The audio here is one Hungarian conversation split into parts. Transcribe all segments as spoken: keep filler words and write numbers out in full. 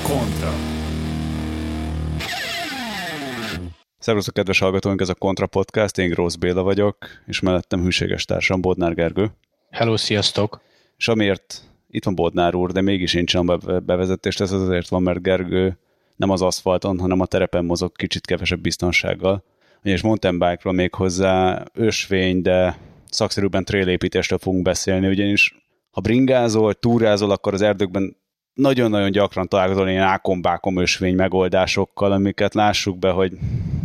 Kontra. Szervusztok, kedves hallgatóink, ez a Kontra Podcast, én Grósz Béla vagyok, és mellettem hűséges társam Bodnár Gergő. Hello, sziasztok! És amiért itt van Bodnár úr, de mégis én csinálom be- bevezetést, ez azért van, mert Gergő nem az aszfalton, hanem a terepen mozog kicsit kevesebb biztonsággal. És mountain bike-ról még hozzá ösvény, de szakszerűbben trailépítésről fogunk beszélni, ugyanis ha bringázol, túrázol, akkor az erdőkben nagyon-nagyon gyakran találkozol ilyen ákombákom ösvény megoldásokkal, amiket lássuk be, hogy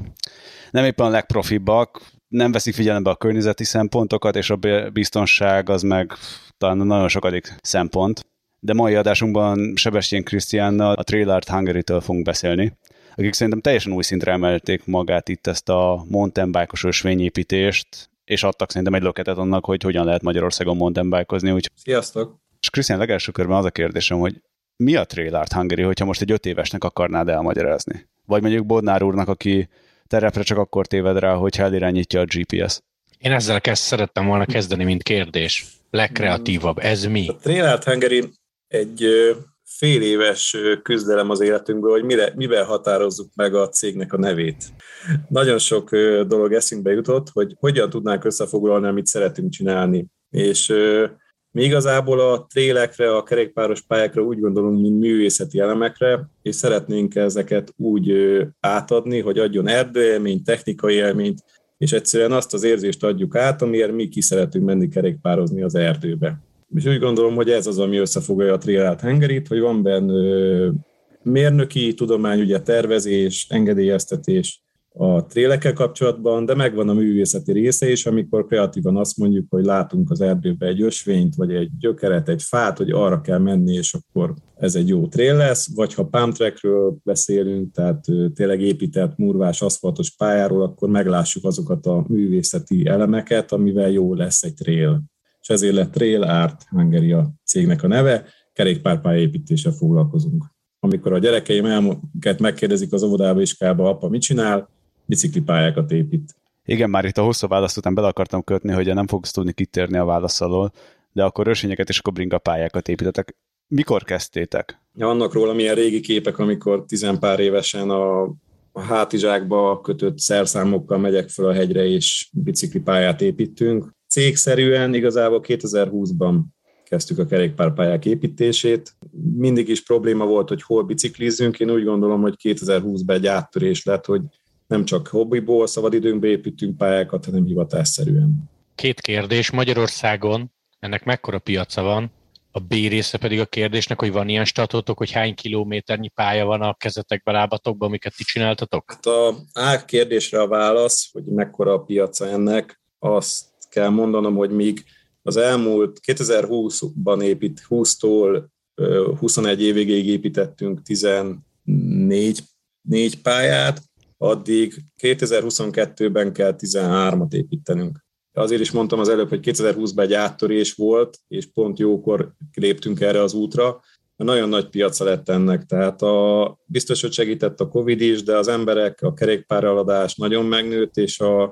nem éppen a legprofibbak, nem veszik figyelembe a környezeti szempontokat, és a biztonság az meg talán nagyon sokadik szempont. De mai adásunkban Sebestyén Krisztiánnal a Trail Art Hungary-től fogunk beszélni, akik szerintem teljesen új szintre emelték magát itt ezt a mountain bike-os ösvényépítést, és adtak szerintem egy löketet annak, hogy hogyan lehet Magyarországon mountain bike-ozni. Úgy... Sziasztok! És Krisztián, legelső körben az a kérdésem, hogy mi a Trail Art Hungary, hogyha most egy öt évesnek akarnád elmagyarázni? Vagy mondjuk Bodnár úrnak, aki terepre csak akkor téved rá, hogyha elirányítja a gé pé es. Én ezzel kezd, szerettem volna kezdeni, mint kérdés. Legkreatívabb. Ez mi? A Trail Art Hungary egy fél éves küzdelem az életünkből, hogy mire, mivel határozzuk meg a cégnek a nevét. Nagyon sok dolog eszünkbe jutott, hogy hogyan tudnánk összefoglalni, amit szeretünk csinálni. És mi igazából a trailekre, a kerékpáros pályákra úgy gondolunk, mint művészeti elemekre, és szeretnénk ezeket úgy átadni, hogy adjon erdőélményt, technikai élményt, és egyszerűen azt az érzést adjuk át, amiért mi ki szeretünk menni kerékpározni az erdőbe. És úgy gondolom, hogy ez az, ami összefoglalja a Trail Art Hungary-t, hogy van benne mérnöki tudomány, ugye tervezés, engedélyeztetés a trailekkel kapcsolatban, de megvan a művészeti része is, amikor kreatívan azt mondjuk, hogy látunk az erdőbe egy ösvényt, vagy egy gyökeret, egy fát, hogy arra kell menni, és akkor ez egy jó trail lesz, vagy ha pump trackről beszélünk, tehát tényleg épített, murvás, aszfaltos pályáról, akkor meglássuk azokat a művészeti elemeket, amivel jó lesz egy trail. És ezért lett Trail Art Hungary a cégnek a neve, kerékpárpálya építéssel foglalkozunk. Amikor a gyerekeim elmúlket megkérdezik az óvodába, iskolába, apa mit csinál, biciklipályákat épít. Igen, már itt a hosszú választ után bele akartam kötni, hogy nem fogsz tudni kitérni a válasz alól, de akkor ösvényeket és akkor bringapályákat építettek. Mikor kezdtétek? Ja, vannak róla milyen régi képek, amikor tizenpár évesen a, a hátizsákba kötött szerszámokkal megyek fel a hegyre, és biciklipályát építünk. Cégszerűen igazából kétezer-húszban kezdtük a kerékpárpályák építését. Mindig is probléma volt, hogy hol biciklizzünk. Én úgy gondolom, hogy kétezer-húszban egy áttörés lett, hogy nem csak hobbiból, szabadidőnkbe építünk pályákat, hanem hivatásszerűen. Két kérdés. Magyarországon ennek mekkora piaca van? A B része pedig a kérdésnek, hogy van ilyen statotok, hogy hány kilométernyi pálya van a kezetekben, lábatokban, amiket ti csináltatok? Hát a A kérdésre a válasz, hogy mekkora a piaca ennek, azt kell mondanom, hogy míg az elmúlt kétezer-húszban épít, húsztól huszonegy évig építettünk tizennégy négy pályát, addig kétezer-huszonkettőben kell tizenhármat építenünk. Azért is mondtam az előbb, hogy kétezer-húszban egy áttörés volt, és pont jókor léptünk erre az útra, mert nagyon nagy piaca lett ennek. Tehát a, biztos, hogy segített a Covid is, de az emberek, a kerékpáreladás nagyon megnőtt, és a,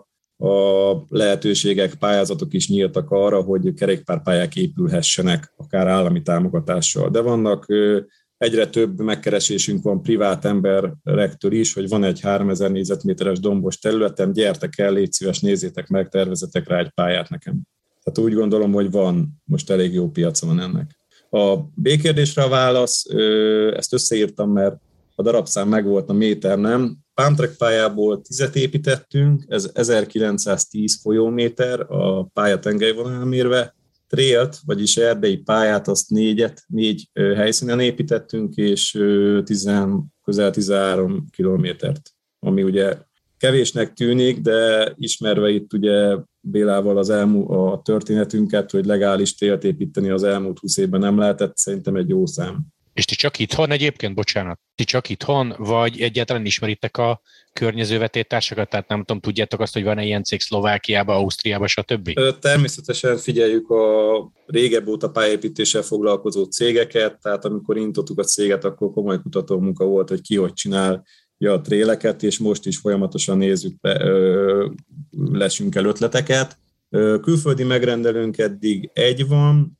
a lehetőségek, pályázatok is nyíltak arra, hogy kerékpárpályák épülhessenek, akár állami támogatással. De vannak egyre több megkeresésünk van privát emberektől is, hogy van egy háromezer négyzetméteres dombos területem, gyertek el, légy szíves, nézzétek meg, tervezetek rá egy pályát nekem. Tehát úgy gondolom, hogy van, most elég jó piaca van ennek. A B kérdésre a válasz, ezt összeírtam, mert a darabszám megvolt, a méter nem. Pump track pályából tízet építettünk, ez ezerkilencszáztíz folyóméter a pálya tengelyvonalán mérve. Trailt, vagyis erdei pályát, azt négyet, négy helyszínen építettünk, és tizen, közel tizenhárom kilométert, ami ugye kevésnek tűnik, de ismerve itt ugye Bélával az elmúlt, a történetünket, hogy legális trailt építeni az elmúlt húsz évben nem lehetett, szerintem egy jó szám. És ti csak itthon egyébként, bocsánat, ti csak itthon, vagy egyáltalán ismeritek a környező vetétársakat? Tehát nem tudom, tudjátok azt, hogy van-e ilyen cég Szlovákiában, Ausztriában, stb.? Természetesen figyeljük a régebb óta pályaépítéssel foglalkozó cégeket, tehát amikor indítottuk a céget, akkor komoly kutatómunka volt, hogy ki hogy csinál a traileket, és most is folyamatosan nézzük, be, ö, lesünk el ötleteket. Külföldi megrendelőnk eddig egy van,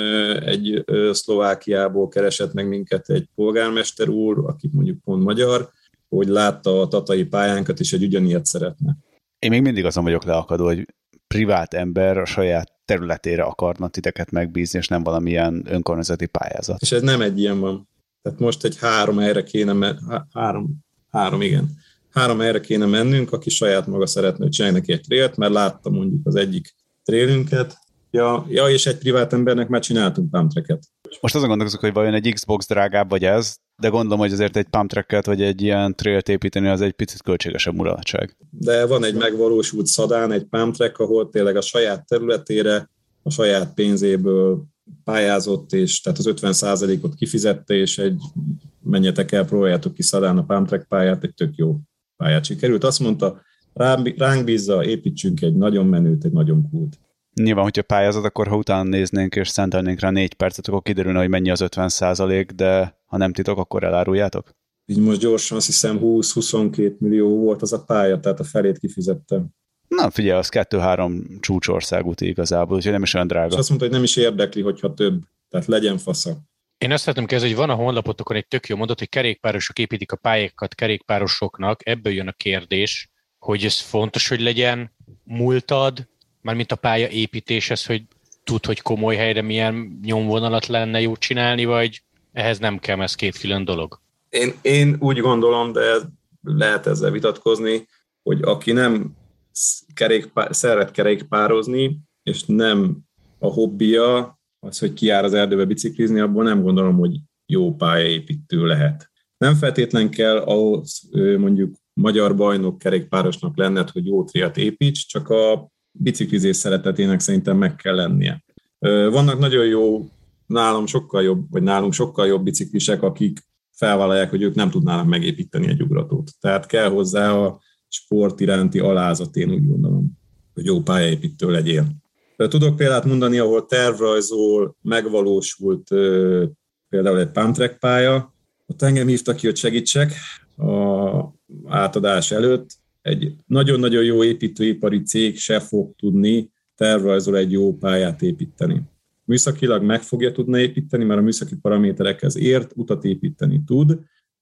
egy Szlovákiából keresett meg minket egy polgármester úr, aki mondjuk pont magyar, hogy látta a tatai pályánkat, és egy ugyanilyet szeretne. Én még mindig azon vagyok leakadó, hogy privát ember a saját területére akarna titeket megbízni, és nem valamilyen önkormányzati pályázat. És ez nem egy ilyen van. Tehát most egy három helyre kéne, men- három, három, igen. Három helyre kéne mennünk, aki saját maga szeretne, hogy csinálj neki egy trélt, mert látta mondjuk az egyik trélünket, ja, ja, és egy privát embernek már csináltunk pumptracket. Most azon gondolkozok, hogy vajon egy Xbox drágább vagy ez, de gondolom, hogy azért egy pumptracket vagy egy ilyen trailt építeni az egy picit költségesebb mulatság. De van egy megvalósult szadán, egy pumptrack, ahol tényleg a saját területére, a saját pénzéből pályázott, és tehát az ötven százalékot kifizette, és egy menjetek el, próbáljátok ki szadán a pumptrack pályát, egy tök jó pályát sikerült. Azt mondta, ránk bízza, építsünk egy nagyon menőt, egy nagyon kult. Nyilván, hogyha pályázat, akkor ha utána néznénk és szentelnénk rá négy percet, akkor kiderülne, hogy mennyi az ötven százalék, de ha nem titok, akkor eláruljátok? Így most gyorsan azt hiszem húsz-huszonkettő millió volt az a pálya, tehát a felét kifizettem. Na figyelj, az kettő-három csúcsország úti igazából, úgyhogy nem is olyan drága. És azt mondta, hogy nem is érdekli, hogyha több, tehát legyen fasza. Én azt szeretném kezdeni, hogy van a honlapotokon egy tök jó mondat, hogy kerékpárosok építik a pályákat kerékpárosoknak, ebből jön a kérdés, hogy ez fontos, hogy legyen múltad, mármint a pálya építéshez, hogy tud, hogy komoly helyre milyen nyomvonalat lenne jó csinálni, vagy ehhez nem kell, ez két külön dolog? Én, én úgy gondolom, de lehet ezzel vitatkozni, hogy aki nem kerékpár, szeret kerékpározni, és nem a hobbija, az, hogy kijár az erdőbe biciklizni, abból nem gondolom, hogy jó pályaépítő lehet. Nem feltétlen kell ahhoz mondjuk magyar bajnok kerékpárosnak lenned, hogy jó triat építs, csak a biciklizés szeretetének szerintem meg kell lennie. Vannak nagyon jó, nálam sokkal jobb, vagy nálunk sokkal jobb biciklisek, akik felvállalják, hogy ők nem tudnának megépíteni egy ugratót. Tehát kell hozzá a sport iránti alázat, én úgy gondolom, hogy jó pályaépítő legyél. Tudok példát mondani, ahol tervrajzol, megvalósult például egy pumptrack pálya, ott engem hívtak ki, hogy segítsek a átadás előtt. Egy nagyon-nagyon jó építőipari cég se fog tudni tervrajzol egy jó pályát építeni. Műszakilag meg fogja tudni építeni, mert a műszaki paraméterekhez ért, utat építeni tud,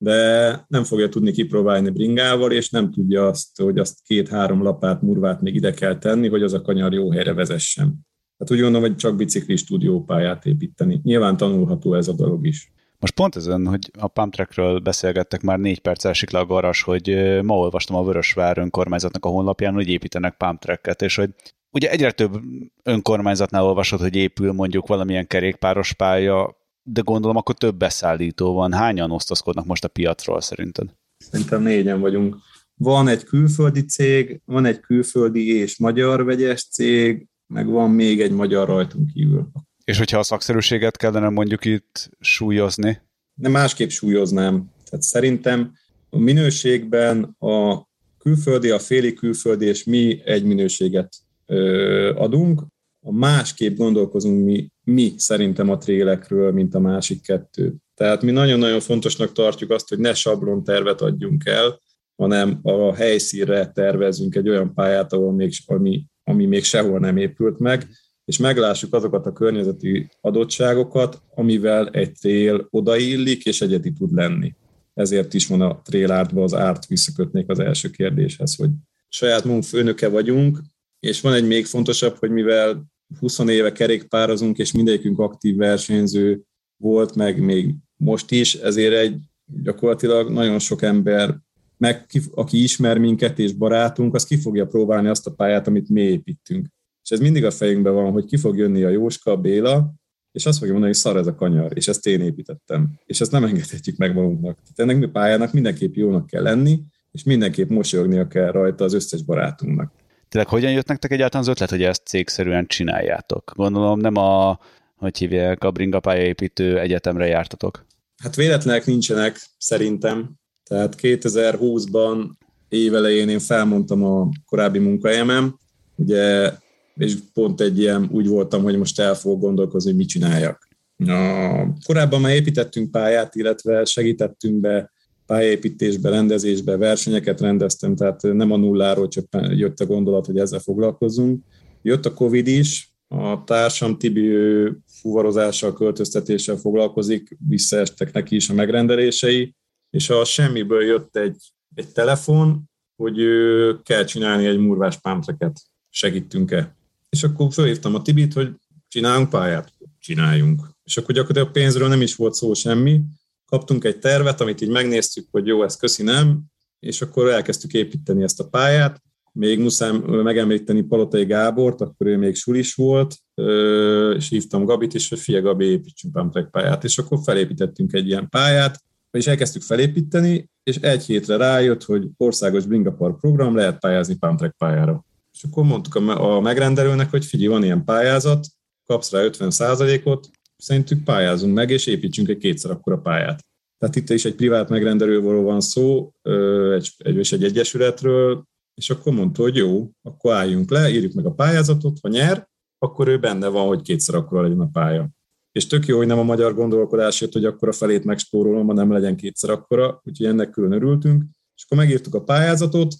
de nem fogja tudni kipróbálni bringával, és nem tudja azt, hogy azt két-három lapát, murvát még ide kell tenni, hogy az a kanyar jó helyre vezessen. Hát úgy gondolom, hogy csak biciklis tud jó pályát építeni. Nyilván tanulható ez a dolog is. Most pont ezen, hogy a pumptrackről beszélgettek, már négy perc esik le a garas, hogy ma olvastam a Vörösvár önkormányzatnak a honlapján, hogy építenek pumptracket, és hogy ugye egyre több önkormányzatnál olvasod, hogy épül mondjuk valamilyen kerékpáros pálya, de gondolom akkor több beszállító van. Hányan osztozkodnak most a piacról szerinted? Szerintem négyen vagyunk. Van egy külföldi cég, van egy külföldi és magyar vegyes cég, meg van még egy magyar rajtunk kívül. És hogyha a szakszerűséget kellene mondjuk itt súlyozni? De másképp súlyoznám. Tehát szerintem a minőségben a külföldi, a félig külföldi és mi egy minőséget ö, adunk. A másképp gondolkozunk mi, mi szerintem a trélekről, mint a másik kettő. Tehát mi nagyon-nagyon fontosnak tartjuk azt, hogy ne sablon tervet adjunk el, hanem a helyszínre tervezünk egy olyan pályát, ahol még, ami, ami még sehol nem épült meg, és meglássuk azokat a környezeti adottságokat, amivel egy trél odaillik, és egyedi tud lenni. Ezért is van a Trail Artban az árt, visszakötnék az első kérdéshez, hogy saját magunk főnöke vagyunk, és van egy még fontosabb, hogy mivel húsz éve kerékpározunk, és mindegyikünk aktív versenyző volt, meg még most is, ezért egy gyakorlatilag nagyon sok ember, meg aki ismer minket és barátunk, az ki fogja próbálni azt a pályát, amit mi építünk. És ez mindig a fejünkben van, hogy ki fog jönni a Jóska, a Béla, és azt fogja mondani, hogy szar ez a kanyar, és ezt én építettem. És ezt nem engedhetjük meg magunknak. Tehát ennek a pályának mindenképp jónak kell lenni, és mindenképp mosolyognia kell rajta az összes barátunknak. Tényleg hogyan jött nektek egyáltalán az ötlet, hogy ezt cégszerűen csináljátok? Gondolom nem a, hogy hívják, a bringa pályaépítő egyetemre jártatok. Hát véletlenek nincsenek, szerintem. Tehát kétezer-húszban évelején én felmondtam a korábbi munkahelyemem, ugye, és pont egy ilyen úgy voltam, hogy most el fogok gondolkozni, hogy mit csináljak. A, korábban már építettünk pályát, illetve segítettünk be pályaépítésbe, rendezésbe, versenyeket rendeztem, tehát nem a nulláról csak jött a gondolat, hogy ezzel foglalkozzunk. Jött a Covid is, a társam Tibi fuvarozással, költöztetéssel foglalkozik, visszaestek neki is a megrendelései, és a semmiből jött egy, egy telefon, hogy kell csinálni egy murvás pámtreket, segítünk-e. És akkor fölhívtam a Tibit, hogy csinálunk pályát? Csináljunk. És akkor gyakorlatilag a pénzről nem is volt szó semmi, kaptunk egy tervet, amit így megnéztük, hogy jó, ez köszi, nem, és akkor elkezdtük építeni ezt a pályát. Még muszáj megemlíteni Palotai Gábort, akkor ő még sulis volt, és hívtam Gabit is, hogy fia Gabi, építsünk pámtrek pályát, és akkor felépítettünk egy ilyen pályát, és elkezdtük felépíteni, és egy hétre rájött, hogy országos Bringa Park program, lehet pályázni pámtrek pályára. És akkor mondtuk a megrendelőnek, hogy figyelj, van ilyen pályázat, kapsz rá ötven százalékot, szerintük pályázunk meg, és építsünk egy kétszer akkora pályát. Tehát itt is egy privát megrendelőről van szó, egy, egy, egy egyesületről, és akkor mondta, hogy jó, akkor álljunk le, írjuk meg a pályázatot, ha nyer, akkor ő benne van, hogy kétszer akkora legyen a pálya. És tök jó, hogy nem a magyar gondolkodás jött, hogy akkor a felét megspórolom, ha nem legyen kétszer akkora, úgyhogy ennek külön örültünk. És akkor megírtuk a pályázatot,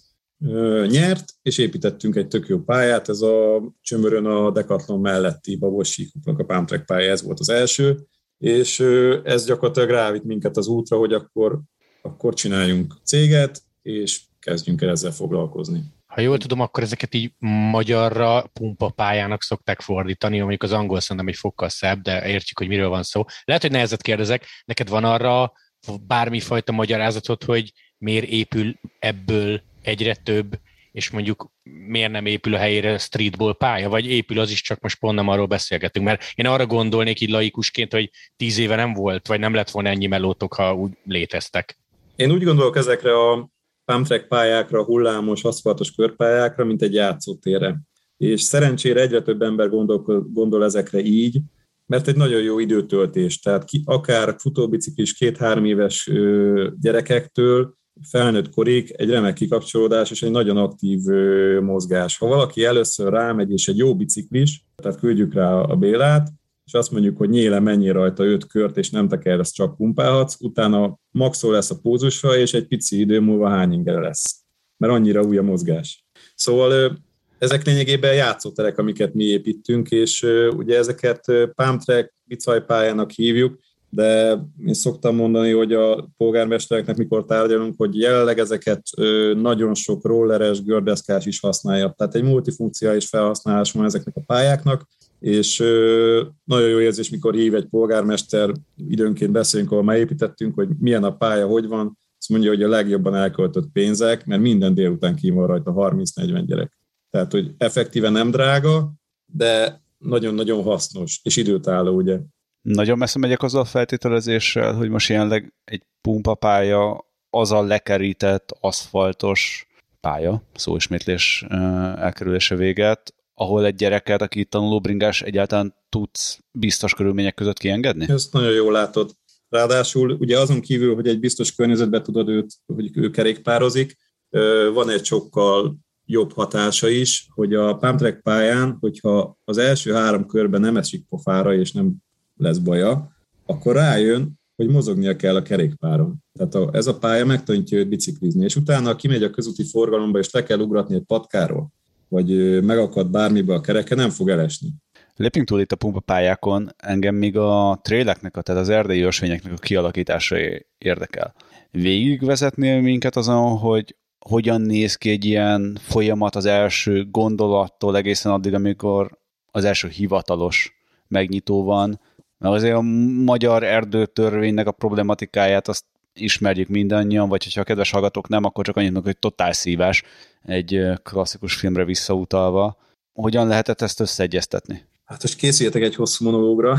nyert, és építettünk egy tök jó pályát, ez a Csömörön a Decathlon melletti Babos-síkoknak a pámtrek pálya, ez volt az első, és ez gyakorlatilag rávitt minket az útra, hogy akkor, akkor csináljunk céget, és kezdjünk el ezzel foglalkozni. Ha jól tudom, akkor ezeket így magyarra pumpapályának szokták fordítani, mondjuk az angol szerintem egy fokkal szebb, de értjük, hogy miről van szó. Lehet, hogy nehezet kérdezek, neked van arra bármifajta magyarázatot, hogy miért épül ebből egyre több, és mondjuk miért nem épül a helyére streetball pálya, vagy épül az is, csak most pont nem arról beszélgetünk, mert én arra gondolnék így laikusként, hogy tíz éve nem volt, vagy nem lett volna ennyi melótok, ha úgy léteztek. Én úgy gondolok ezekre a pámtrek pályákra, hullámos, aszfaltos körpályákra, mint egy játszótérre. És szerencsére egyre több ember gondol, gondol ezekre így, mert egy nagyon jó időtöltés. Tehát ki, akár futóbiciklis két-három éves ö, gyerekektől felnőtt korig egy remek kikapcsolódás és egy nagyon aktív ö, mozgás. Ha valaki először rámegy és egy jó biciklis, tehát küldjük rá a Bélát, és azt mondjuk, hogy nyéle mennyi rajta öt kört, és nem tekersz, csak pumpálhatsz, utána maxol lesz a pózusra, és egy pici idő múlva hány ingere lesz. Mert annyira új a mozgás. Szóval ezek lényegében játszóterek, amiket mi építünk, és ugye ezeket pámtrek, bicajpályának hívjuk, de én szoktam mondani, hogy a polgármestereknek mikor tárgyalunk, hogy jelenleg ezeket nagyon sok rolleres, gördeszkás is használja. Tehát egy multifunkciális felhasználás van ezeknek a pályáknak, és nagyon jó érzés, mikor hív egy polgármester, időnként beszélünk, ahol már építettünk, hogy milyen a pálya, hogy van, azt mondja, hogy a legjobban elköltött pénzek, mert minden délután kín van rajta harminc-negyven gyerek. Tehát, hogy effektíve nem drága, de nagyon-nagyon hasznos, és időtálló, ugye. Nagyon messze megyek azzal a feltételezéssel, hogy most jelenleg egy pumpapálya az a lekerített, aszfaltos pálya, szóismétlés elkerülése véget, ahol egy gyereket, aki tanulóbringás, egyáltalán tudsz biztos körülmények között kiengedni? Ezt nagyon jól látod. Ráadásul ugye azon kívül, hogy egy biztos környezetbe tudod őt, hogy ő kerékpározik, van egy sokkal jobb hatása is, hogy a pámtrek pályán, hogyha az első három körben nem esik pofára és nem lesz baja, akkor rájön, hogy mozognia kell a kerékpáron. Tehát a, ez a pálya megtanítja őt biciklizni, és utána kimegy a közúti forgalomba, és le kell ugratni egy patkáról, vagy megakad bármibe a kereke, nem fog elesni. Lépjünk túl itt a pumpapályákon, engem még a traileknek, tehát az erdei ösvényeknek a kialakítása érdekel. Végigvezetnél minket azon, hogy hogyan néz ki egy ilyen folyamat az első gondolattól egészen addig, amikor az első hivatalos megnyitó van. Mert azért a magyar erdőtörvénynek a problematikáját azt ismerjük mindannyian, vagy hogyha a kedves hallgatók nem, akkor csak annyit, hogy totál szívás egy klasszikus filmre visszautalva. Hogyan lehetett ezt összeegyeztetni? Hát most készüljetek egy hosszú monológra.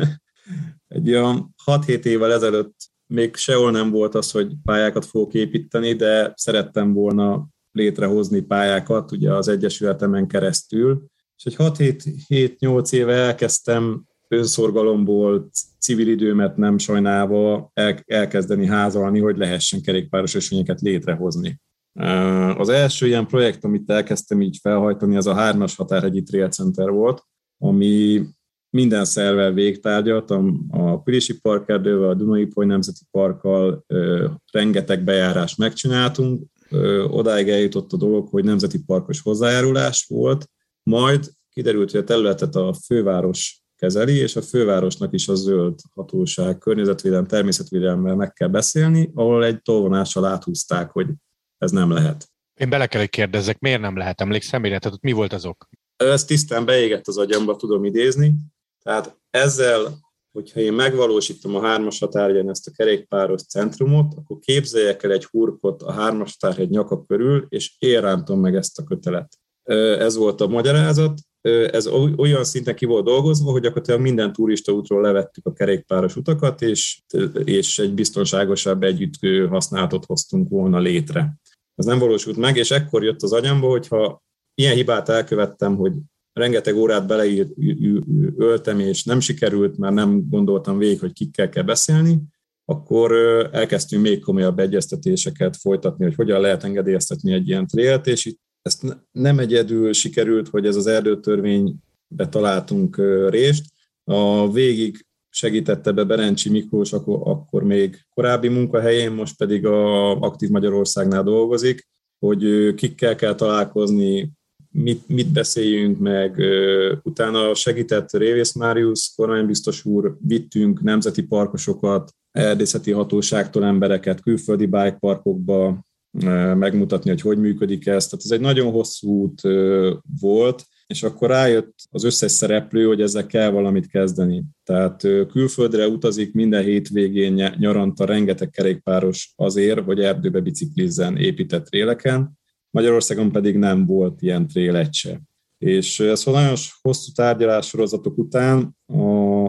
Egy olyan hat-hét évvel ezelőtt még sehol nem volt az, hogy pályákat fogok építeni, de szerettem volna létrehozni pályákat, ugye az Egyesületemen keresztül. És egy hat-hét-nyolc éve elkezdtem önszorgalomból, civil időmet nem sajnálva elkezdeni házalni, hogy lehessen kerékpáros ösvényeket létrehozni. Az első ilyen projekt, amit elkezdtem így felhajtani, az a hármas Határhegyi Trail Center volt, ami minden szervvel végtárgyaltam, a Pilisi Parkerdővel, a Duna-Ipoly Nemzeti Parkkal rengeteg bejárást megcsináltunk, odáig eljutott a dolog, hogy nemzeti parkos hozzájárulás volt, majd kiderült, hogy a területet a főváros kezeli, és a fővárosnak is a zöld hatóság, környezetvédelem, természetvédelemmel meg kell beszélni, ahol egy tolvonással áthúzták, hogy ez nem lehet. Én bele kell, hogy kérdezzek, miért nem lehet? Emlékszem, mire? Tehát ott mi volt az ok? Ez tisztán beégett az agyamba, tudom idézni. Tehát ezzel, hogyha én megvalósítom a hármas határhegyen ezt a kerékpáros centrumot, akkor képzeljek el egy hurkot a hármas határhegy nyaka körül, és én rántom meg ezt a kötelet. Ez volt a magyarázat. Ez olyan szinten ki volt dolgozva, hogy gyakorlatilag minden turistaútról levettük a kerékpáros utakat, és, és egy biztonságosabb együtt használatot hoztunk volna létre. Ez nem valósult meg, és ekkor jött az agyamba, hogyha ilyen hibát elkövettem, hogy rengeteg órát beleöltem, és nem sikerült, már nem gondoltam végig, hogy kikkel kell beszélni, akkor elkezdtünk még komolyabb egyeztetéseket folytatni, hogy hogyan lehet engedélyeztetni egy ilyen trailt, és itt ezt nem egyedül sikerült, hogy ez az erdőtörvénybe találtunk részt. A végig segítette be Berencsi Miklós, akkor, akkor még korábbi munkahelyén, most pedig a Aktív Magyarországnál dolgozik, hogy kikkel kell találkozni, mit, mit beszéljünk meg. Utána segített Révész Máriusz kormánybiztos úr, vittünk nemzeti parkosokat, erdészeti hatóságtól embereket külföldi bikeparkokba, megmutatni, hogy hogy működik ez. Tehát ez egy nagyon hosszú út volt, és akkor rájött az összes szereplő, hogy ezzel kell valamit kezdeni. Tehát külföldre utazik minden hétvégén nyaranta rengeteg kerékpáros azért, hogy erdőbe biciklizzen épített tréleken, Magyarországon pedig nem volt ilyen trél egy se. És ez nagyon hosszú tárgyalássorozatok után a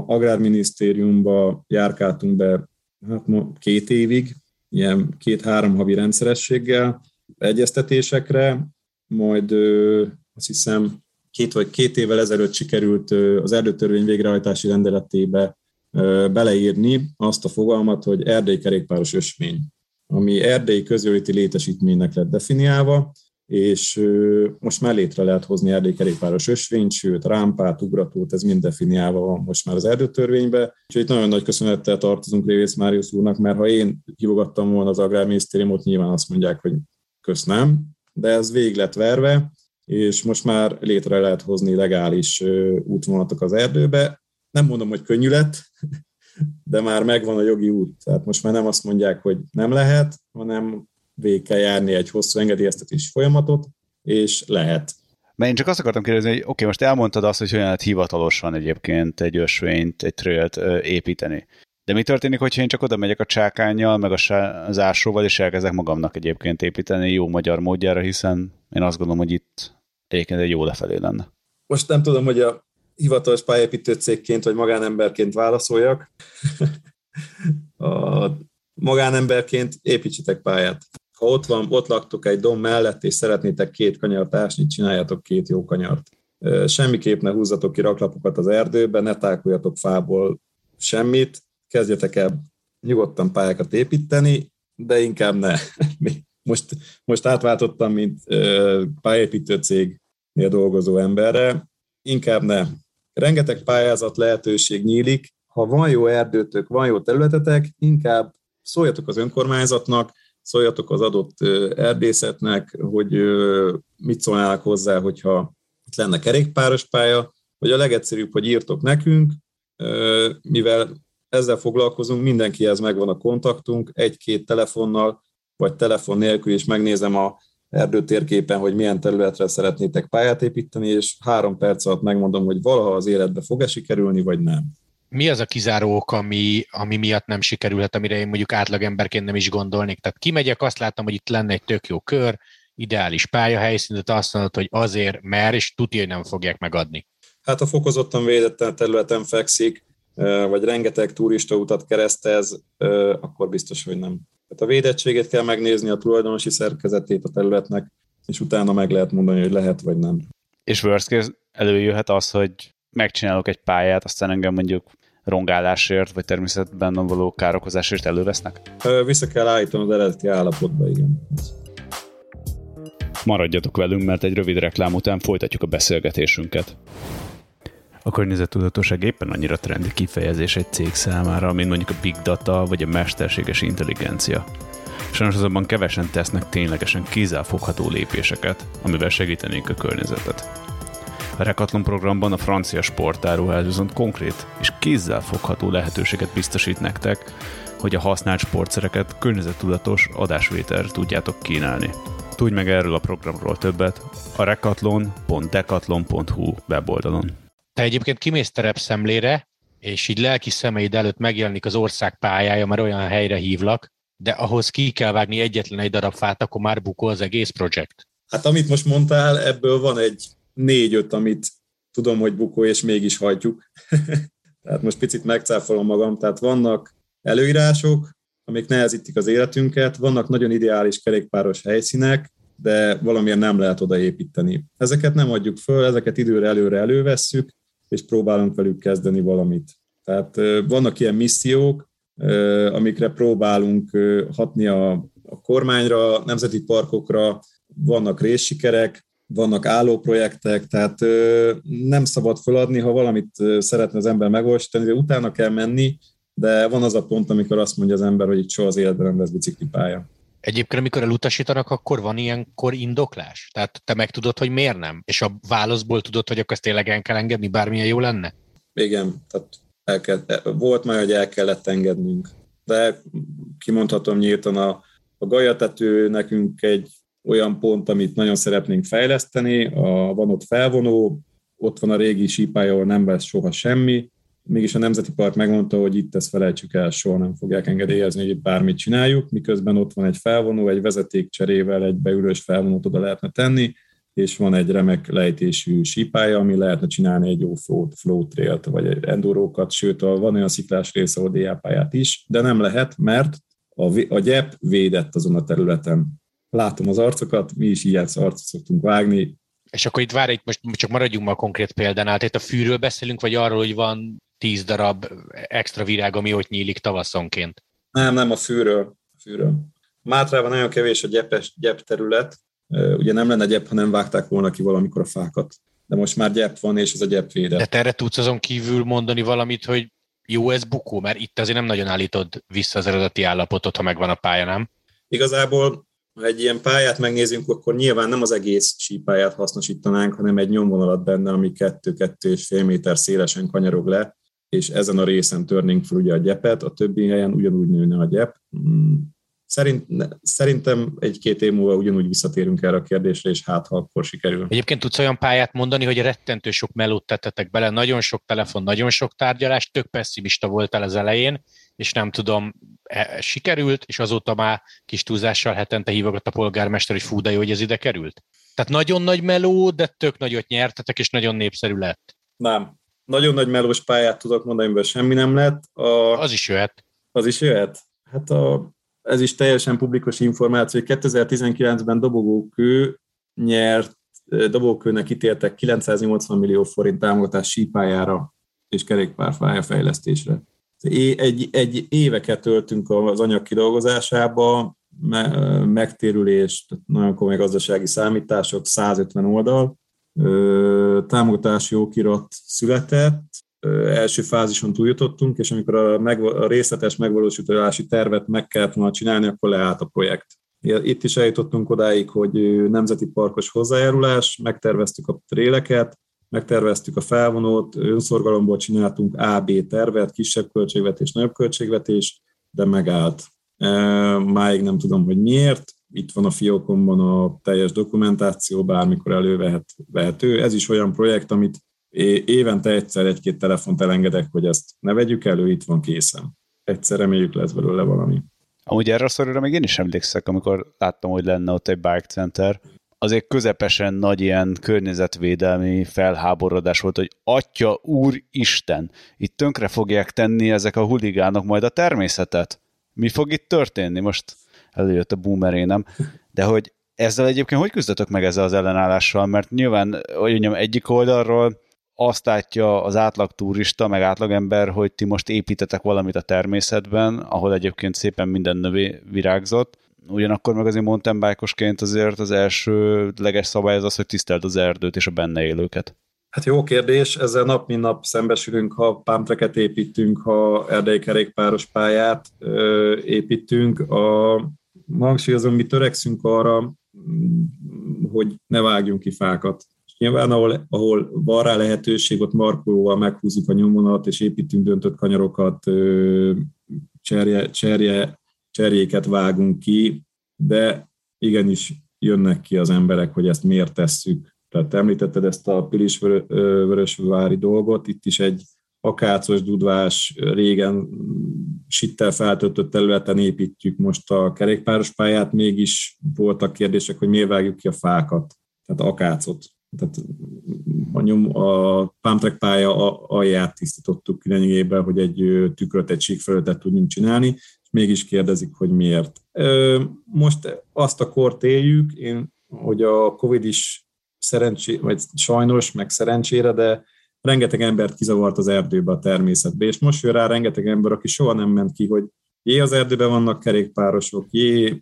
Agrárminisztériumba járkáltunk be hát két évig, ilyen két-három havi rendszerességgel egyeztetésekre, majd ö, azt hiszem két vagy két évvel ezelőtt sikerült ö, az erdőtörvény végrehajtási rendeletébe ö, beleírni azt a fogalmat, hogy erdélyi kerékpáros ösvény, ami erdélyi közjóléti létesítménynek lett definiálva, és ö, most már létre lehet hozni erdélyi kerékpáros ösvényt, sőt rámpát, ugratót, ez mind definiálva van most már az erdőtörvénybe. Úgyhogy itt nagyon nagy köszönettel tartozunk Révész Máriusz úrnak, mert ha én hívogattam volna az Agrárminisztériumot, nyilván azt mondják, hogy köszönöm, de ez végig lett verve, és most már létre lehet hozni legális ö, útvonalatok az erdőbe. Nem mondom, hogy könnyű lett, de már megvan a jogi út. Tehát most már nem azt mondják, hogy nem lehet, hanem végig kell járni egy hosszú engedélyeztetési folyamatot, és lehet. Mert én csak azt akartam kérdezni, hogy oké, okay, most elmondtad azt, hogy hogyan lehet hivatalosan egyébként egy ösvényt, egy trailt építeni. De mi történik, hogyha én csak oda megyek a csákánnyal, meg az ásóval, és elkezdek magamnak egyébként építeni jó magyar módjára, hiszen én azt gondolom, hogy itt egyébként egy jó lefelé lenne. Most nem tudom, hogy a hivatalos pályaépítő cégként vagy magánemberként válaszoljak. A magánemberként építsetek pályát. Ha ott van, ott laktok egy domb mellett, és szeretnétek két kanyart ásni, csináljatok két jó kanyart. Semmiképp ne húzzatok ki raklapokat az erdőbe, ne tákoljatok fából semmit, kezdjetek el nyugodtan pályákat építeni, de inkább ne. Most, most átváltottam, mint pályaépítő cégnél dolgozó emberre, inkább ne. Rengeteg pályázat lehetőség nyílik, ha van jó erdőtök, van jó területetek, inkább szóljatok az önkormányzatnak, szóljatok az adott erdészetnek, hogy mit szólnának hozzá, hogyha itt lenne kerékpáros pálya, vagy a legegyszerűbb, hogy írtok nekünk, mivel ezzel foglalkozunk, mindenkihez megvan a kontaktunk, egy-két telefonnal, vagy telefon nélkül is megnézem a erdőtérképen, hogy milyen területre szeretnétek pályát építeni, és három perc alatt megmondom, hogy valaha az életbe fog-e sikerülni, vagy nem. Mi az a kizáró ok, ami, ami miatt nem sikerülhet, amire én mondjuk átlagemberként nem is gondolnék? Tehát kimegyek, azt látom, hogy itt lenne egy tök jó kör, ideális pályahelyszín, de azt mondod, hogy azért, mert, és tudja, hogy nem fogják megadni. Hát a fokozottan védett területen fekszik, vagy rengeteg turistautat keresztez, akkor biztos, hogy nem. Tehát a védettséget kell megnézni, a tulajdonosi szerkezetét a területnek, és utána meg lehet mondani, hogy lehet, vagy nem. És worst case előjöhet az, hogy megcsinálok egy pályát, aztán engem mondjuk rongálásért, vagy természetben való károkozásért elővesznek? Vissza kell állítanom az eredeti állapotba, igen. Maradjatok velünk, mert egy rövid reklám után folytatjuk a beszélgetésünket. A környezettudatosság éppen annyira trendi kifejezés egy cég számára, mint mondjuk a big data vagy a mesterséges intelligencia. Sajnos azonban kevesen tesznek ténylegesen kézzelfogható lépéseket, amivel segítenénk a környezetet. A Rekatlon programban a francia sportáruház viszont konkrét és kézzel fogható lehetőséget biztosít nektek, hogy a használt sportszereket környezettudatos adásvételre tudjátok kínálni. Tudj meg erről a programról többet a rekatlon pont decathlon pont hu weboldalon. Te egyébként kimész terepszemlére, és így lelki szemeid előtt megjelenik az ország pályája, mert olyan helyre hívlak, de ahhoz ki kell vágni egyetlen egy darab fát, akkor már bukol az egész projekt. Hát amit most mondtál, ebből van egy négy-öt, amit tudom, hogy bukó, és mégis hagyjuk. Tehát most picit megcáfolom magam, tehát vannak előírások, amik nehezítik az életünket, vannak nagyon ideális kerékpáros helyszínek, de valamiért nem lehet odaépíteni. Ezeket nem adjuk föl, ezeket időre előre elővesszük, és próbálunk velük kezdeni valamit. Tehát vannak ilyen missziók, amikre próbálunk hatni a, a kormányra, nemzeti parkokra, vannak részsikerek, vannak állóprojektek, tehát nem szabad feladni, ha valamit szeretne az ember megvalósítani, de utána kell menni, de van az a pont, amikor azt mondja az ember, hogy itt soha az életben nem lesz biciklipálya. Egyébként, amikor elutasítanak, akkor van ilyenkor indoklás? Tehát te meg tudod, hogy miért nem? És a válaszból tudod, hogy akkor ezt tényleg el kell engedni, bármilyen jó lenne? Igen, tehát el kell, volt már, hogy el kellett engednünk. De kimondhatom nyíltan, a, a galyatető nekünk egy olyan pont, amit nagyon szeretnénk fejleszteni, a, van ott felvonó, ott van a régi sípálya, ahol nem lesz soha semmi, mégis a Nemzeti Park megmondta, hogy itt ezt felejtsük el, soha nem fogják engedélyezni, hogy itt bármit csináljuk, miközben ott van egy felvonó, egy vezetékcserével egy beülős felvonót oda lehetne tenni, és van egy remek lejtésű sípálya, ami lehetne csinálni egy jó flow, flow trailt, vagy egy endurókat, sőt, van olyan sziklás része, ahol dé á pályát is, de nem lehet, mert a, a gyep védett azon a területen. Látom az arcokat, mi is ilyen arcot szoktunk vágni. És akkor itt várj, itt most csak maradjunk ma a konkrét példánál, tehát a fűről beszélünk, vagy arról, hogy van tíz darab extra virág, ami ott nyílik tavaszonként? Nem, nem, a fűről. A fűről. Mátrában nagyon kevés a gyepes, gyep terület. Ugye nem lenne gyep, ha nem vágták volna ki valamikor a fákat. De most már gyep van, és ez a gyep védett. De te erre tudsz azon kívül mondani valamit, hogy jó, ez bukó, mert itt azért nem nagyon állítod vissza az eredeti állapotot, ha megvan a pálya, nem? Igazából, ha egy ilyen pályát megnézünk, akkor nyilván nem az egész sípályát hasznosítanánk, hanem egy nyomvonalat benne, ami kettő-kettő és fél méter szélesen kanyarog le, és ezen a részen törnénk fel ugye a gyepet, a többi helyen ugyanúgy nőne a gyep. Szerint, szerintem egy-két év múlva ugyanúgy visszatérünk erre a kérdésre, és hát ha akkor sikerül. Egyébként tudsz olyan pályát mondani, hogy rettentő sok melót tettetek bele, nagyon sok telefon, nagyon sok tárgyalás, tök pessimista voltál az elején, és nem tudom, sikerült, és azóta már kis túlzással hetente hívogat a polgármester, hogy fú, de jó, hogy ez ide került. Tehát nagyon nagy meló, de tök nagyot nyertetek, és nagyon népszerű lett. Nem. Nagyon nagy melós pályát tudok mondani, amiből semmi nem lett. A... Az is jöhet. Az is jöhet? Hát a... ez is teljesen publikus információ, hogy kétezer-tizenkilencben Dobogókő nyert, Dobogókőnek ítéltek kilencszáznyolcvan millió forint támogatás sípályára és kerékpárpálya fejlesztésre. Egy, egy éveket töltünk az anyag kidolgozásába, megtérülés, nagyon komoly gazdasági számítások, százötven oldal, támogatási okirat született, első fázison túljutottunk, és amikor a, megva- a részletes megvalósítási tervet meg kellett volna csinálni, akkor leállt a projekt. Itt is eljutottunk odáig, hogy nemzeti parkos hozzájárulás, megterveztük a tréleket, megterveztük a felvonót, önszorgalomból csináltunk á bé tervet, kisebb költségvetés, nagyobb költségvetés, de megállt. Máig nem tudom, hogy miért. Itt van a fiókomban a teljes dokumentáció, bármikor elővehető. Ez is olyan projekt, amit évente egyszer egy-két telefont elengedek, hogy ezt ne vegyük elő, itt van készen. Egyszer reméljük lesz belőle valami. Amúgy erre a szorúra még én is emlékszek, amikor láttam, hogy lenne ott egy bike center. Azért közepesen nagy ilyen környezetvédelmi felháborodás volt, hogy atya úristen, itt tönkre fogják tenni ezek a huligánok majd a természetet. Mi fog itt történni? Most előjött a boomerénem. De hogy ezzel egyébként hogy küzdötök meg ezzel az ellenállással? Mert nyilván, hogy mondjam, egyik oldalról azt látja az átlag turista, meg átlagember, hogy ti most építetek valamit a természetben, ahol egyébként szépen minden növé virágzott. Ugyanakkor meg azért mountain bike-osként azért az első leges szabály az az, hogy tiszteld az erdőt és a benne élőket. Hát jó kérdés, ezzel nap mint nap szembesülünk, ha pumptracket építünk, ha erdei kerékpáros pályát ö, építünk. A, hangsúlyozom, mi törekszünk arra, hogy ne vágjunk ki fákat. És nyilván, ahol, ahol van rá lehetőség, ott markolóval meghúzzuk a nyomvonalat, és építünk döntött kanyarokat, cserje, cserje, cserjéket vágunk ki, de igenis jönnek ki az emberek, hogy ezt miért tesszük. Tehát említetted ezt a Pilis-Vörösvári dolgot, itt is egy akácos, dudvás, régen sittel feltöltött területen építjük most a kerékpáros pályát, mégis voltak kérdések, hogy miért vágjuk ki a fákat, tehát akácot. Tehát a, nyom, a Pumptrack pálya alját tisztítottuk lényegében, hogy egy tükröt, egy síkfelületet tudjunk csinálni, és mégis kérdezik, hogy miért. Most azt a kort éljük, én, hogy a Covid is szerencsé, vagy sajnos, meg szerencsére, de rengeteg embert kizavart az erdőbe, a természetbe, és most jön rá rengeteg ember, aki soha nem ment ki, hogy jé, az erdőben vannak kerékpárosok, jé,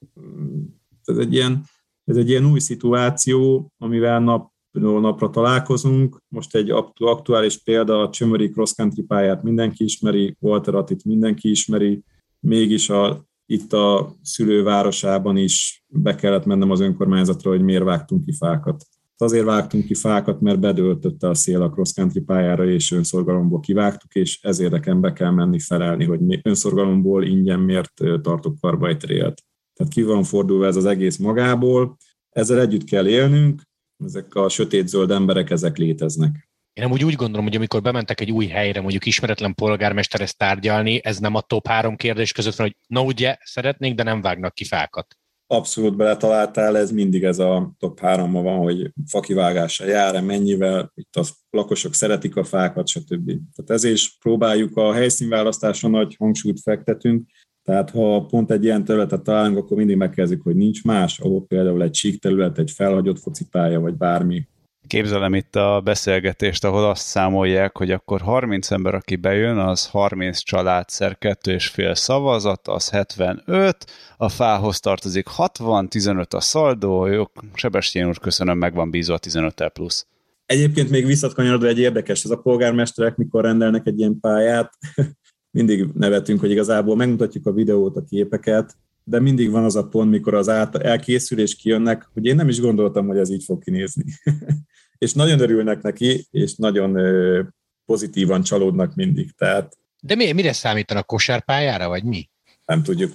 ez egy ilyen, ez egy ilyen új szituáció, amivel napról napra találkozunk. Most egy aktuális példa, a Csömöri cross country pályát mindenki ismeri, Walter Attit mindenki ismeri, mégis a, itt a szülővárosában is be kellett mennem az önkormányzatra, hogy miért vágtunk ki fákat. Azért vágtunk ki fákat, mert bedöltötte a szél a cross country pályára, és önszorgalomból kivágtuk, és ezért nekem be kell menni felelni, hogy önszorgalomból ingyen miért tartok karbajtrélt. Tehát ki van fordulva ez az egész magából, ezzel együtt kell élnünk, ezek a sötétzöld emberek, ezek léteznek. Én amúgy úgy gondolom, hogy amikor bementek egy új helyre, mondjuk ismeretlen polgármesterhez tárgyalni, ez nem a top három kérdés között van, hogy na ugye, szeretnék, de nem vágnak ki fákat. Abszolút beletaláltál, ez mindig ez a top háromban van, hogy fakivágással jár-e, mennyivel, itt a lakosok szeretik a fákat, stb. Tehát ezért is próbáljuk a helyszínválasztásra nagy hangsúlyt fektetünk, tehát ha pont egy ilyen területet találunk, akkor mindig megkezdjük, hogy nincs más, ahol például egy sík terület, egy felhagyott focipálya, vagy bármi. Képzelem itt a beszélgetést, ahol azt számolják, hogy akkor harminc ember, aki bejön, az harminc család szer kettő és fél szavazat, az hetvenöt, a fához tartozik hatvan, tizenöt a szaldó, jó, Sebestyén úr, köszönöm, meg van bízva a tizenöttel plusz. Egyébként még visszatkanyarodva egy érdekes, ez a polgármesterek, mikor rendelnek egy ilyen pályát, mindig nevetünk, hogy igazából megmutatjuk a videót, a képeket, de mindig van az a pont, mikor az át, elkészül és kijönnek, hogy én nem is gondoltam, hogy ez így fog kinézni. És nagyon örülnek neki, és nagyon ö, pozitívan csalódnak mindig. Tehát, de mi, mire számítanak, kosárpályára, vagy mi? Nem tudjuk.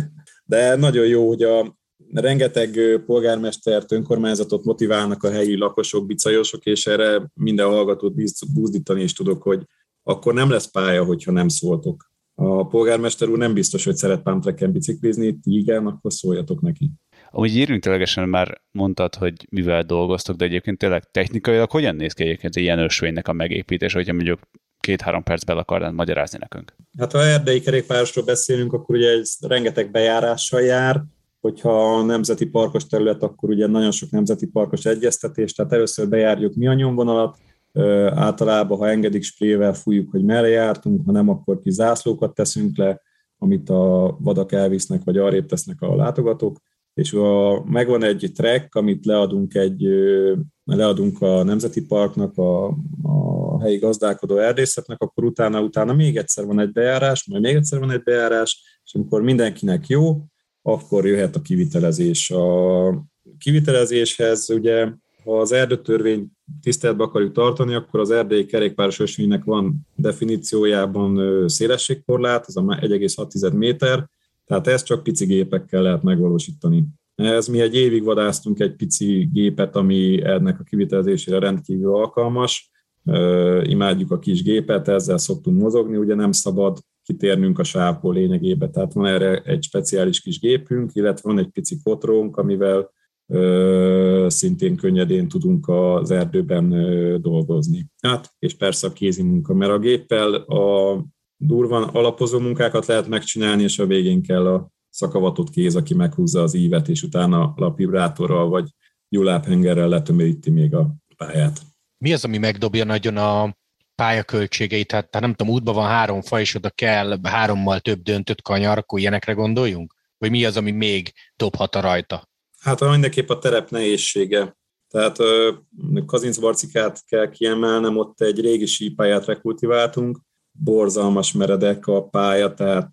De nagyon jó, hogy a rengeteg polgármestert, önkormányzatot motiválnak a helyi lakosok, bicajosok, és erre minden hallgatót buzdítani is tudok, hogy akkor nem lesz pálya, hogyha nem szóltok. A polgármester úr nem biztos, hogy szeret pumptracken biciklizni, ti igen, akkor szóljatok neki. Amúgy érintőlegesen már mondtad, hogy mivel dolgoztok, de egyébként tényleg technikailag hogyan néz ki egyébként egy ilyen ösvénynek a megépítése, hogyha mondjuk két-három percben akarnád magyarázni nekünk? Hát ha erdei kerékpárosról beszélünk, akkor ugye ez rengeteg bejárással jár, hogyha nemzeti parkos terület, akkor ugye nagyon sok nemzeti parkos egyeztetés, tehát először bejárjuk mi a nyomvonalat, Ö, általában, ha engedik, sprével fújjuk, hogy merre jártunk, ha nem, akkor kis zászlókat teszünk le, amit a vadak elvisznek, vagy arrébb tesznek a látogatók, és a, megvan egy track, amit leadunk, egy, leadunk a Nemzeti Parknak, a, a helyi gazdálkodó erdészetnek, akkor utána, utána még egyszer van egy bejárás, majd még egyszer van egy bejárás, és amikor mindenkinek jó, akkor jöhet a kivitelezés. A kivitelezéshez ugye, ha az erdőtörvény tiszteletbe akarjuk tartani, akkor az erdei kerékpáros ösvénynek van definíciójában szélességkorlát, ez a egy egész hat méter, tehát ezt csak pici gépekkel lehet megvalósítani. Ez mi egy évig vadásztunk egy pici gépet, ami ennek a kivitelezésére rendkívül alkalmas. Imádjuk a kis gépet, ezzel szoktunk mozogni, ugye nem szabad kitérnünk a sávból lényegében, tehát van erre egy speciális kis gépünk, illetve van egy pici kotrónk, amivel Ö, szintén könnyedén tudunk az erdőben ö, dolgozni. Hát, és persze a kézi munka, mert a géppel a durvan alapozó munkákat lehet megcsinálni, és a végén kell a szakavatott kéz, aki meghúzza az ívet, és utána lapvibrátorral vagy gyulábhengerrel letömöríti még a pályát. Mi az, ami megdobja nagyon a pályaköltségeit? Tehát, tehát nem tudom, útban van három fa, és oda kell hárommal több döntött kanyar, akkor ilyenekre gondoljunk? Vagy mi az, ami még dobhat a rajta? Hát mindenképp a terep nehézsége. Tehát Kazincbarcikát kell kiemelnem, ott egy régi sípályát rekultiváltunk, borzalmas meredek a pálya, tehát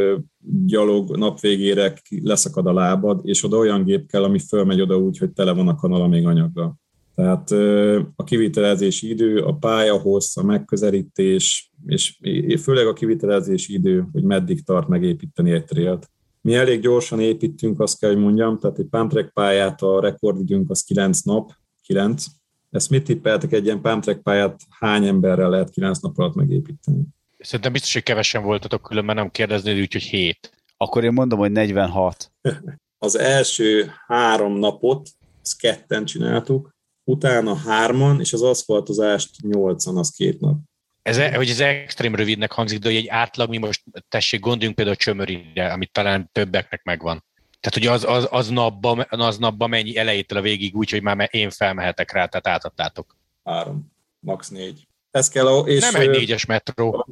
gyalog nap végére leszakad a lábad, és oda olyan gép kell, ami fölmegy oda úgy, hogy tele van a kanala még anyaggal. Tehát a kivitelezési idő, a pályahossz, a megközelítés, és főleg a kivitelezési idő, hogy meddig tart megépíteni egy trailt. Mi elég gyorsan építünk, azt kell, hogy mondjam, tehát egy pump track pályát, a rekordidőnk az kilenc nap, kilenc. Ezt mit tippeltek, egy ilyen pump track pályát hány emberrel lehet kilenc nap alatt megépíteni? Szerintem biztos, hogy kevesen voltatok, különben nem kérdezni, úgyhogy hét. Akkor én mondom, hogy negyvenhat. Az első három napot, ezt ketten csináltuk, utána hárman, és az aszfaltozást nyolcan, az két nap. Ez, hogy ez extrém rövidnek hangzik, de hogy egy átlag, mi most tessék, gondoljunk például a Csömörire, amit talán többeknek megvan. Tehát, hogy az, az, az, napba, az napba mennyi elejétől a végig úgy, hogy már én felmehetek rá, tehát átadtátok. Három, max. négy. Ez kell a, és nem egy négyes metró.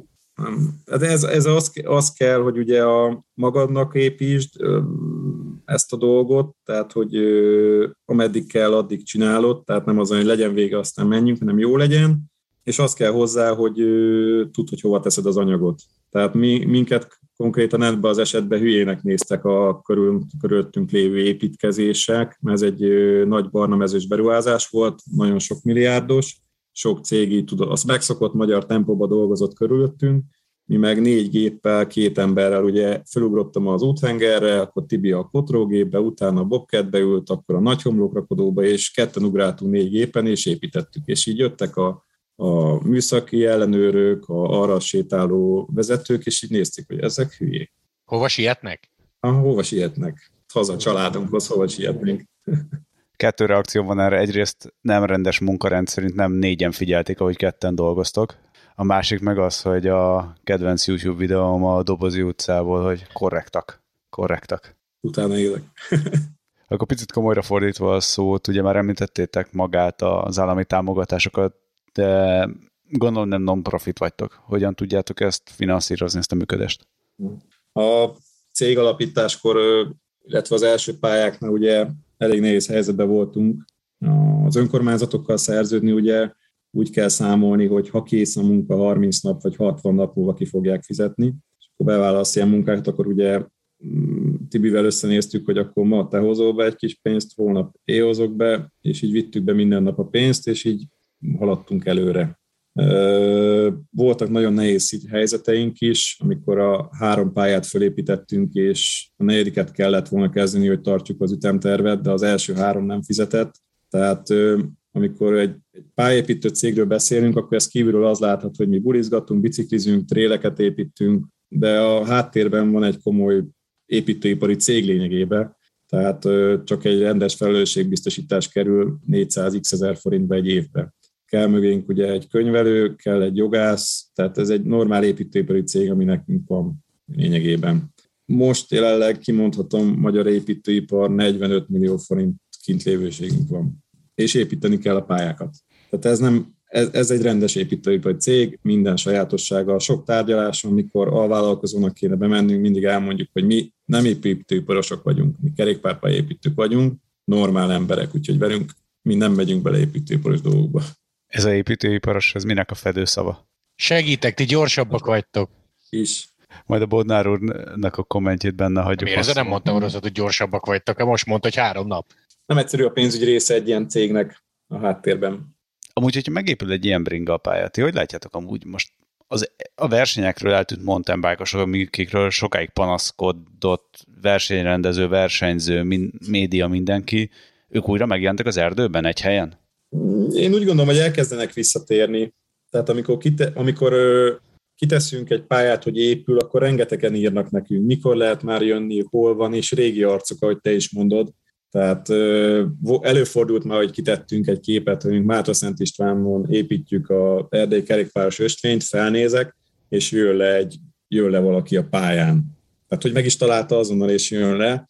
De ez, ez az, az kell, hogy ugye a magadnak építsd ezt a dolgot, tehát hogy ameddig kell, addig csinálod, tehát nem az, hogy legyen vége, aztán menjünk, hanem jó legyen, és az kell hozzá, hogy tudd, hogy hova teszed az anyagot. Tehát mi, minket konkrétan ebben az esetben hülyének néztek a körül, körülöttünk lévő építkezések, mert ez egy nagy barna mezős beruházás volt, nagyon sok milliárdos, sok cég így tudod, az megszokott magyar tempóban dolgozott körülöttünk, mi meg négy géppel, két emberrel ugye felugrottam az úthengerre, akkor Tibi a kotrógépbe, utána a Bobcatbe ült, akkor a nagy homlokrakodóba, és ketten ugráltunk négy gépen, és építettük. És így jöttek a, a műszaki ellenőrök, a arra sétáló vezetők, és így nézték, hogy ezek hülyék. Hova sietnek? Ah, hova sietnek? Haza a családunkhoz, hova sietnénk? Kettő reakció van erre. Egyrészt nem rendes munkarend szerint nem négyen figyelték, ahogy ketten dolgoztok. A másik meg az, hogy a kedvenc YouTube videóm a Dobozi utcából, hogy korrektak. Korrektak. Utána élek. Akkor picit komolyra fordítva a szót, ugye már említettétek magát az állami támogatásokat, de gondolom nem non-profit vagytok. Hogyan tudjátok ezt finanszírozni, ezt a működést? A cég alapításkor, illetve az első pályáknál ugye elég nehéz helyzetben voltunk. Az önkormányzatokkal szerződni ugye úgy kell számolni, hogy ha kész a munka harminc nap vagy hatvan nap múlva ki fogják fizetni, és akkor beválasz ilyen munkákat, akkor ugye Tibivel összenéztük, hogy akkor ma te hozol be egy kis pénzt, holnap én hozok be, és így vittük be minden nap a pénzt, és így haladtunk előre. Voltak nagyon nehéz helyzeteink is, amikor a három pályát fölépítettünk, és a negyediket kellett volna kezdeni, hogy tartsuk az ütemtervet, de az első három nem fizetett. Tehát amikor egy, egy pályaépítő cégről beszélünk, akkor ez kívülről az láthat, hogy mi bulizgatunk, biciklizünk, tréleket építünk, de a háttérben van egy komoly építőipari cég lényegében, tehát csak egy rendes felelősségbiztosítás kerül négyszáz ezer forintba egy évbe. Kell mögénk ugye egy könyvelő, kell egy jogász, tehát ez egy normál építőipari cég, ami nekünk van lényegében. Most jelenleg kimondhatom, magyar építőipar negyvenöt millió forint kintlévőségünk van, és építeni kell a pályákat. Tehát ez, nem, ez, ez egy rendes építőipari cég, minden sajátossága, sok tárgyaláson, amikor alvállalkozónak kéne bemennünk, mindig elmondjuk, hogy mi nem építőiparosok vagyunk, mi kerékpárpályaépítők vagyunk, normál emberek, úgyhogy velünk mi nem megyünk bele építőiparos dolgokba. Ez a építőiparos, ez minek a fedőszava? Segítek, ti gyorsabbak vagytok. Is. Majd a Bodnár úrnak a kommentjét benne hagyjuk. Miért ezzel nem mondtam oroszat, hogy gyorsabbak vagytok, most mondta, hogy három nap. Nem egyszerű a pénzügyi része egy ilyen cégnek a háttérben. Amúgy, hogyha megépül egy ilyen bringa pályát, hogy látjátok amúgy most az, a versenyekről eltűnt mountain bike-osok, akikről sokáig panaszkodott versenyrendező, versenyző, min, média, mindenki, ők újra megjelentek az erdőben egy helyen? Én úgy gondolom, hogy elkezdenek visszatérni. Tehát amikor, kite, amikor ö, kiteszünk egy pályát, hogy épül, akkor rengetegen írnak nekünk, mikor lehet már jönni, hol van, és régi arcok, ahogy te is mondod. Tehát ö, előfordult már, hogy kitettünk egy képet, hogy Mátra Szent Istvánon építjük a erdélyi kerékpáros ösvényt, felnézek, és jön le, egy, jön le valaki a pályán. Tehát, hogy meg is találta azonnal, és jön le.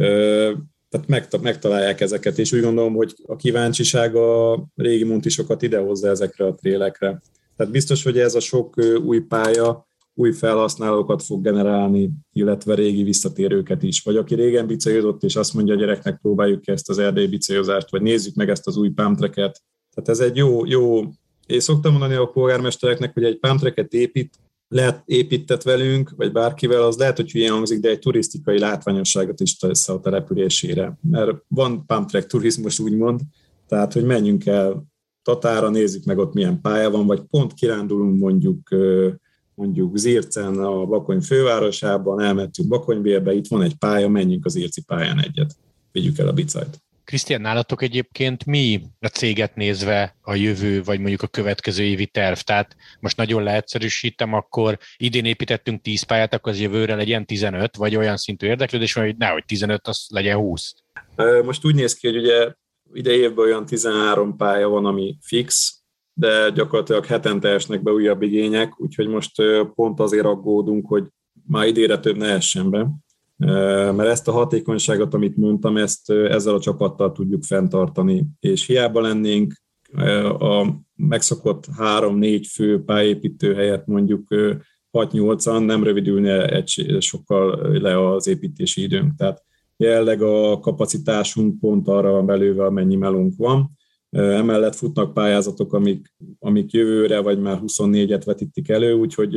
Ö, Tehát megtalálják ezeket, és úgy gondolom, hogy a kíváncsiság a régi muntisokat idehozza ezekre a trélekre. Tehát biztos, hogy ez a sok új pálya új felhasználókat fog generálni, illetve régi visszatérőket is. Vagy aki régen bicélyozott, és azt mondja a gyereknek, próbáljuk ki ezt az erdélyi bicélyozást, vagy nézzük meg ezt az új pump tracket. Tehát ez egy jó, jó... Én szoktam mondani a polgármestereknek, hogy egy pump tracket épít, lehet épített velünk, vagy bárkivel, az lehet, hogy hülyén hangzik, de egy turisztikai látványosságot is tesz a településére. Mert van pump track turizmus, úgymond, Tehát, hogy menjünk el Tatára, nézzük meg ott milyen pálya van, vagy pont kirándulunk mondjuk, mondjuk Zircen, a Bakony fővárosában, elmentünk Bakonybérbe, itt van egy pálya, menjünk az Irci pályán egyet, vigyük el a bicajt. Krisztián, nálatok egyébként mi a céget nézve a jövő, vagy mondjuk a következő évi terv? Tehát most nagyon leegyszerűsítem, akkor idén építettünk tíz pályát, akkor az jövőre legyen tizenöt, vagy olyan szintű érdeklődés van, hogy nehogy tizenöt, az legyen húsz. Most úgy néz ki, hogy ugye ide évben olyan tizenhárom pálya van, ami fix, de gyakorlatilag hetente esnek be újabb igények, úgyhogy most pont azért aggódunk, hogy már idére több ne essen be. Mert ezt a hatékonyságot, amit mondtam, ezt ezzel a csapattal tudjuk fenntartani, és hiába lennénk a megszokott három-négy fő pályépítő helyett mondjuk hat-nyolcan, nem rövidülne egy, sokkal le az építési időnk. Tehát jelenleg a kapacitásunk pont arra van belőve, amennyi melónk van. Emellett futnak pályázatok, amik, amik jövőre vagy már huszonnégyet vetítik elő, úgyhogy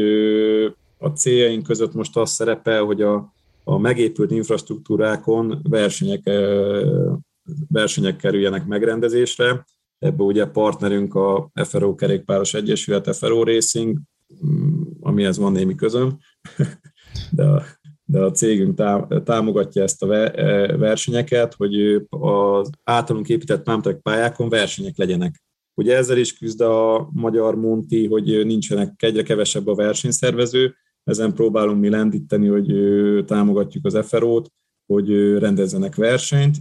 a céljaink között most az szerepel, hogy a a megépült infrastruktúrákon versenyek, versenyek kerüljenek megrendezésre. Ebben ugye partnerünk a ef er o Kerékpáros Egyesület, ef er o Racing, amihez van némi közöm, de a, de a cégünk támogatja ezt a versenyeket, hogy az általunk épített pumptrack pályákon versenyek legyenek. Ugye ezzel is küzd a magyar Monti, hogy nincsenek, egyre kevesebb a versenyszervező, ezen próbálunk mi lendíteni, hogy támogatjuk az ef er o-t, hogy rendezzenek versenyt.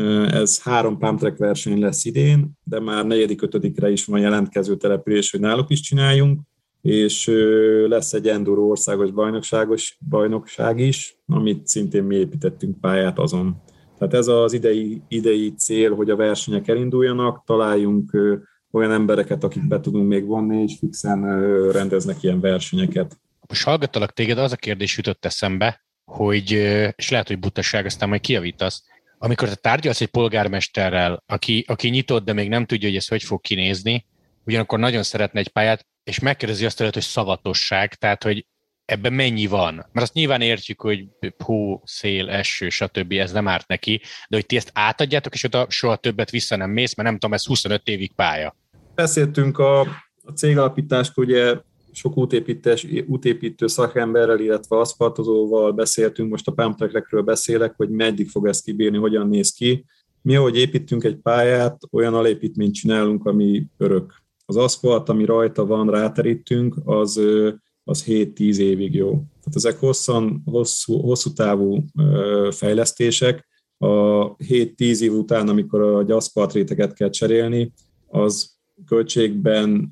Ez három pumptrack verseny lesz idén, de már negyedik, ötödikre is van jelentkező település, hogy náluk is csináljunk, és lesz egy enduro országos bajnokságos bajnokság is, amit szintén mi építettünk pályát azon. Tehát ez az idei, idei cél, hogy a versenyek elinduljanak, találjunk olyan embereket, akik be tudunk még vonni, és fixen rendeznek ilyen versenyeket. Most hallgattalak téged, az a kérdés jutott eszembe, hogy, és lehet, hogy butaság, aztán majd kijavítasz, amikor te tárgyalsz egy polgármesterrel, aki, aki nyitott, de még nem tudja, hogy ez hogy fog kinézni, ugyanakkor nagyon szeretne egy pályát, és megkérdezi azt tőled, hogy szavatosság, tehát, hogy ebben mennyi van. Mert azt nyilván értjük, hogy hó, szél, eső, stb. Ez nem árt neki, de hogy ti ezt átadjátok, és oda soha többet vissza nem mész, mert nem tudom, ez huszonöt évig pálya. Beszéltünk a, a cégalapításkor, ugye sok útépítés, útépítő szakemberrel, illetve aszfaltozóval beszéltünk, most a pumptrackrekről beszélek, hogy meddig fog ezt kibírni, hogyan néz ki. Mi, ahogy építünk egy pályát, olyan alépítményt csinálunk, ami örök. Az aszfalt, ami rajta van, ráterítünk, az, az hét-tíz évig jó. Tehát ezek hosszan, hosszú, hosszú távú fejlesztések. A hét-tíz év után, amikor a aszfaltréteget kell cserélni, az költségben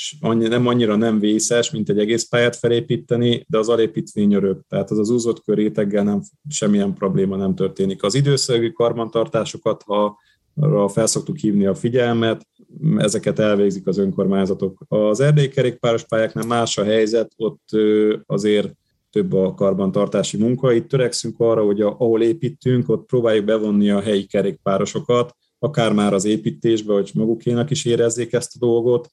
nem annyira nem vészes, mint egy egész pályát felépíteni, de az alépítmény örök. Tehát az az úzott kör réteggel nem, semmilyen probléma nem történik. Az időszerű karbantartásokat, ha arra felszoktuk hívni a figyelmet, ezeket elvégzik az önkormányzatok. Az erdélyi kerékpáros pályáknál más a helyzet, ott azért több a karbantartási munka. Itt törekszünk arra, hogy ahol építünk, ott próbáljuk bevonni a helyi kerékpárosokat, akár már az építésbe, hogy magukénak is érezzék ezt a dolgot,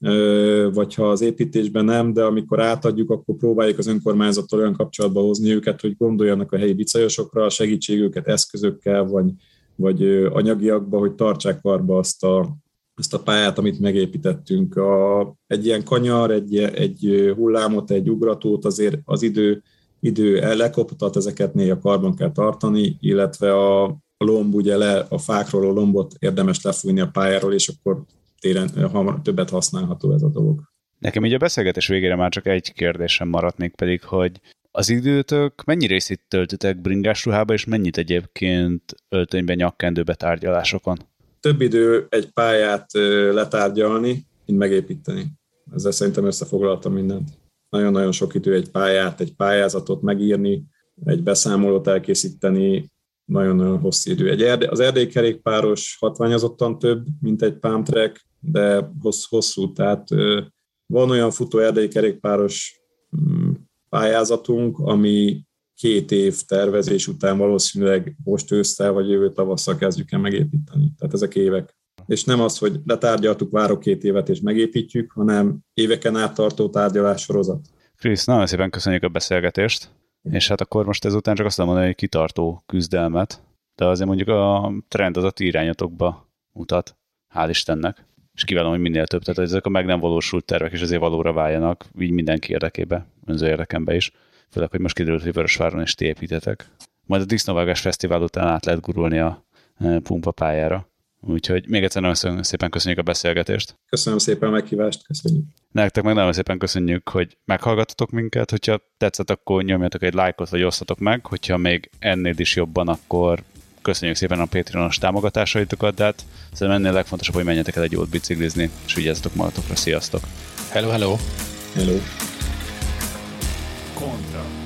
vagy ha az építésben nem, de amikor átadjuk, akkor próbáljuk az önkormányzattal olyan kapcsolatba hozni őket, hogy gondoljanak a helyi bicajosokra, segítség őket eszközökkel, vagy, vagy anyagiakba, hogy tartsák karba azt a, azt a pályát, amit megépítettünk. A, egy ilyen kanyar, egy, egy hullámot, egy ugratót azért az idő, idő lekoptat, ezeket néha karban kell tartani, illetve a, a lomb, ugye le, a fákról a lombot érdemes lefújni a pályáról, és akkor télen hamar, többet használható ez a dolog. Nekem így a beszélgetés végére már csak egy kérdésem maradt, még pedig, hogy az időtök mennyi részét töltitek bringás ruhába, és mennyit egyébként öltönyben, nyakkendőbe tárgyalásokon? Több idő egy pályát letárgyalni, mint megépíteni. Ezzel szerintem összefoglaltam mindent. Nagyon-nagyon sok idő egy pályát, egy pályázatot megírni, egy beszámolót elkészíteni, nagyon-nagyon hosszú idő. Egy erde, az erdélyi kerékpáros hatványozottan több, mint egy pumptrack, de hossz, hosszú. Tehát van olyan futó erdélyi kerékpáros pályázatunk, ami két év tervezés után valószínűleg most ősszel vagy jövő tavasszal kezdjük el megépíteni. Tehát ezek évek. És nem az, hogy letárgyaltuk, várok két évet és megépítjük, hanem éveken át tartó tárgyalás sorozat. Krisz, nagyon szépen köszönjük a beszélgetést. És hát akkor most ezután csak azt mondani, hogy kitartó küzdelmet, de azért mondjuk a trend az a ti irányatokba mutat. hál' Istennek, és kívánom, hogy minél több, tehát ezek a meg nem valósult tervek is azért valóra váljanak, így mindenki érdekébe, önző érdekembe is, főleg, hogy most kiderült, hogy Vörösváron is ti építetek. Majd a Disznóvágás Fesztivál után át lehet gurulni a pumpa pályára. Úgyhogy még egyszer nagyon szépen köszönjük a beszélgetést. Köszönöm szépen a meghívást, köszönjük. Nektek meg nagyon szépen köszönjük, hogy meghallgattatok minket, hogyha tetszett, akkor nyomjatok egy lájkot, vagy osztatok meg, hogyha még ennél is jobban, akkor köszönjük szépen a Patreonos támogatásaitokat, de hát szerintem ennél legfontosabb, hogy menjetek el egy jót biciklizni, és vigyázzatok magatokra. Sziasztok! Hello, hello! Hello! Kontra.